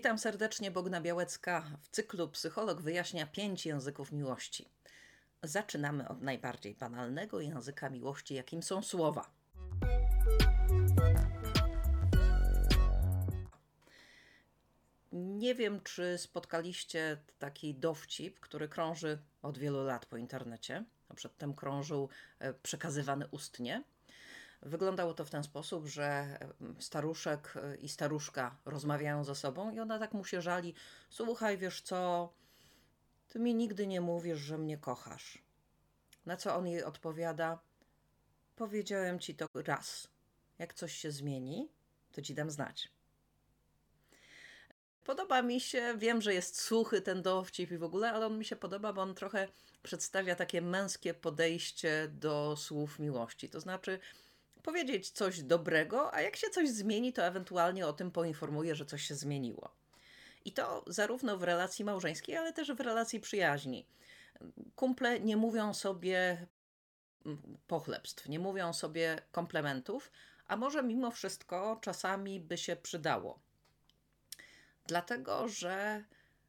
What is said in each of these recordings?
Witam serdecznie, Bogna Białecka. W cyklu Psycholog wyjaśnia 5 języków miłości. Zaczynamy od najbardziej banalnego języka miłości, jakim są słowa. Nie wiem, czy spotkaliście taki dowcip, który krąży od wielu lat po internecie, a przedtem krążył przekazywany ustnie. Wyglądało to w ten sposób, że staruszek i staruszka rozmawiają ze sobą i ona tak mu się żali: słuchaj, wiesz co, ty mi nigdy nie mówisz, że mnie kochasz. Na co on jej odpowiada: powiedziałem ci to raz. Jak coś się zmieni, to ci dam znać. Podoba mi się, wiem, że jest suchy ten dowcip i w ogóle, ale on mi się podoba, bo on trochę przedstawia takie męskie podejście do słów miłości. To znaczy powiedzieć coś dobrego, a jak się coś zmieni, to ewentualnie o tym poinformuje, że coś się zmieniło. I to zarówno w relacji małżeńskiej, ale też w relacji przyjaźni. Kumple nie mówią sobie pochlebstw, nie mówią sobie komplementów, a może mimo wszystko czasami by się przydało. Dlatego, że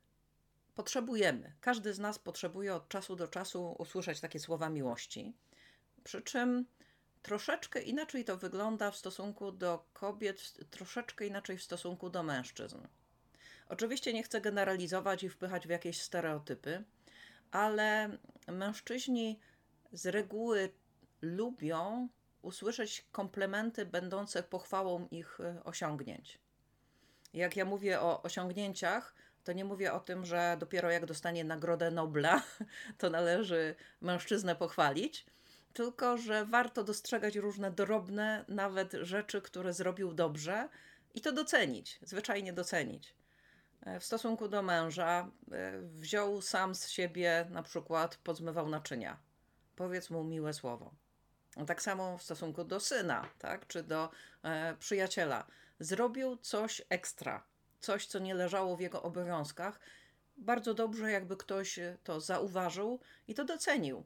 każdy z nas potrzebuje od czasu do czasu usłyszeć takie słowa miłości. Przy czym troszeczkę inaczej to wygląda w stosunku do kobiet, troszeczkę inaczej w stosunku do mężczyzn. Oczywiście nie chcę generalizować i wpychać w jakieś stereotypy, ale mężczyźni z reguły lubią usłyszeć komplementy będące pochwałą ich osiągnięć. Jak ja mówię o osiągnięciach, to nie mówię o tym, że dopiero jak dostanie Nagrodę Nobla, to należy mężczyznę pochwalić, tylko że warto dostrzegać różne drobne, nawet rzeczy, które zrobił dobrze i to docenić, zwyczajnie docenić. W stosunku do męża wziął sam z siebie, na przykład pozmywał naczynia. Powiedz mu miłe słowo. Tak samo w stosunku do syna, tak? Czy do przyjaciela. Zrobił coś ekstra, coś, co nie leżało w jego obowiązkach. Bardzo dobrze, jakby ktoś to zauważył i to docenił.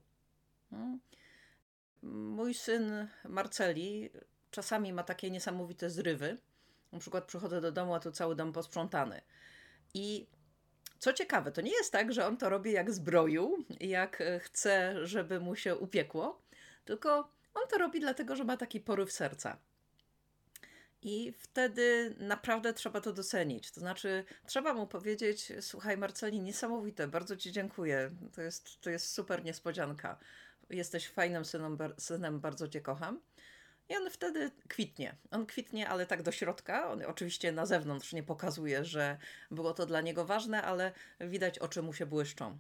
Mój syn Marceli czasami ma takie niesamowite zrywy. Na przykład przychodzę do domu, a tu cały dom posprzątany. I co ciekawe, to nie jest tak, że on to robi jak zbroił, jak chce, żeby mu się upiekło, tylko on to robi dlatego, że ma taki poryw serca. I wtedy naprawdę trzeba to docenić. To znaczy, trzeba mu powiedzieć: słuchaj, Marceli, niesamowite, bardzo ci dziękuję. To jest super niespodzianka. Jesteś fajnym synem, bardzo cię kocham. I on wtedy kwitnie. On kwitnie, ale tak do środka. On oczywiście na zewnątrz nie pokazuje, że było to dla niego ważne, ale widać, oczy mu się błyszczą.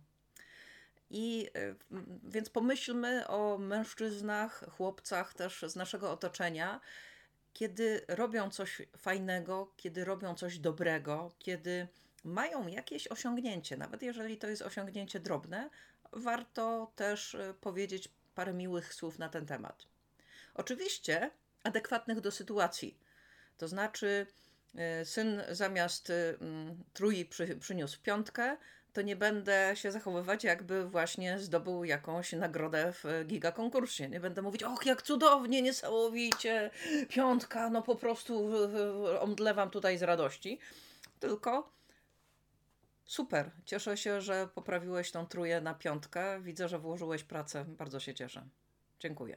Więc pomyślmy o mężczyznach, chłopcach też z naszego otoczenia, kiedy robią coś fajnego, kiedy robią coś dobrego, kiedy mają jakieś osiągnięcie, nawet jeżeli to jest osiągnięcie drobne, warto też powiedzieć parę miłych słów na ten temat. Oczywiście adekwatnych do sytuacji. To znaczy, syn zamiast trój przyniósł piątkę, to nie będę się zachowywać, jakby właśnie zdobył jakąś nagrodę w gigakonkursie. Nie będę mówić: och, jak cudownie, niesamowicie, piątka, no po prostu omdlewam tutaj z radości. Tylko super, cieszę się, że poprawiłeś tą trójkę na piątkę. Widzę, że włożyłeś pracę, bardzo się cieszę. Dziękuję.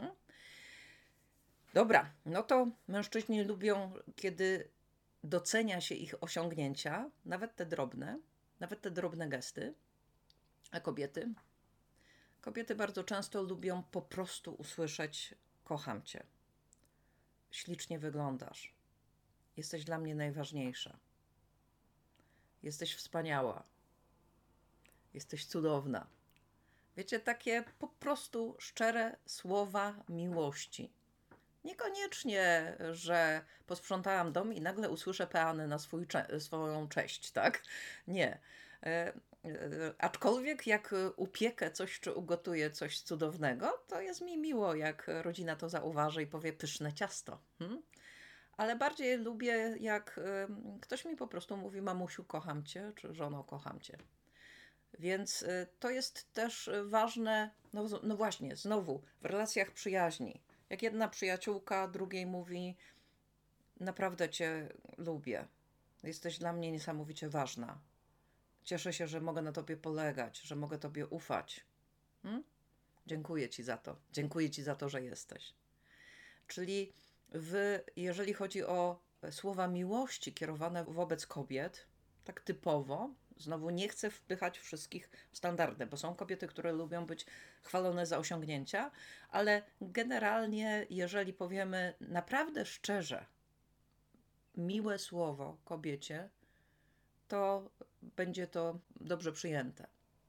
Dobra, no to mężczyźni lubią, kiedy docenia się ich osiągnięcia, nawet te drobne gesty, a kobiety bardzo często lubią po prostu usłyszeć: kocham cię, ślicznie wyglądasz, jesteś dla mnie najważniejsza, jesteś wspaniała, jesteś cudowna. Wiecie, takie po prostu szczere słowa miłości. Niekoniecznie, że posprzątałam dom i nagle usłyszę peany na swoją cześć, tak? Nie. Aczkolwiek jak upiekę coś, czy ugotuję coś cudownego, to jest mi miło, jak rodzina to zauważy i powie: pyszne ciasto. Ale bardziej lubię, jak ktoś mi po prostu mówi: mamusiu, kocham cię, czy żono, kocham cię. Więc to jest też ważne, no właśnie, znowu, w relacjach przyjaźni. Jak jedna przyjaciółka drugiej mówi: naprawdę cię lubię, Jesteś dla mnie niesamowicie ważna. Cieszę się, że mogę na tobie polegać, że mogę tobie ufać. Hmm? Dziękuję ci za to. Dziękuję ci za to, że jesteś. Czyli jeżeli chodzi o słowa miłości kierowane wobec kobiet, tak typowo, znowu nie chcę wpychać wszystkich w standardy, bo są kobiety, które lubią być chwalone za osiągnięcia, ale generalnie, jeżeli powiemy naprawdę szczerze miłe słowo kobiecie, to będzie to dobrze przyjęte.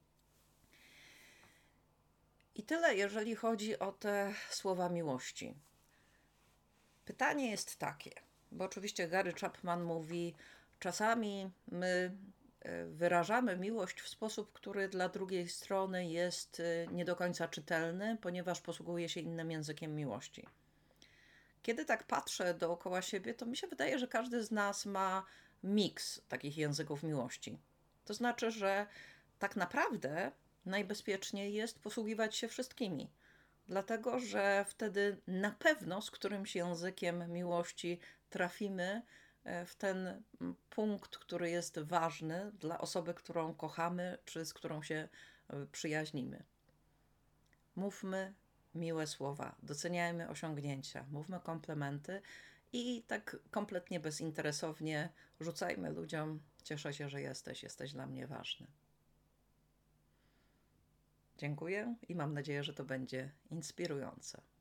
I tyle, jeżeli chodzi o te słowa miłości. Pytanie jest takie, bo oczywiście Gary Chapman mówi, czasami my wyrażamy miłość w sposób, który dla drugiej strony jest nie do końca czytelny, ponieważ posługuje się innym językiem miłości. Kiedy tak patrzę dookoła siebie, to mi się wydaje, że każdy z nas ma miks takich języków miłości. To znaczy, że tak naprawdę najbezpieczniej jest posługiwać się wszystkimi. Dlatego, że wtedy na pewno z którymś językiem miłości trafimy w ten punkt, który jest ważny dla osoby, którą kochamy, czy z którą się przyjaźnimy. Mówmy miłe słowa, doceniajmy osiągnięcia, mówmy komplementy i tak kompletnie bezinteresownie rzucajmy ludziom: cieszę się, że jesteś dla mnie ważny. Dziękuję i mam nadzieję, że to będzie inspirujące.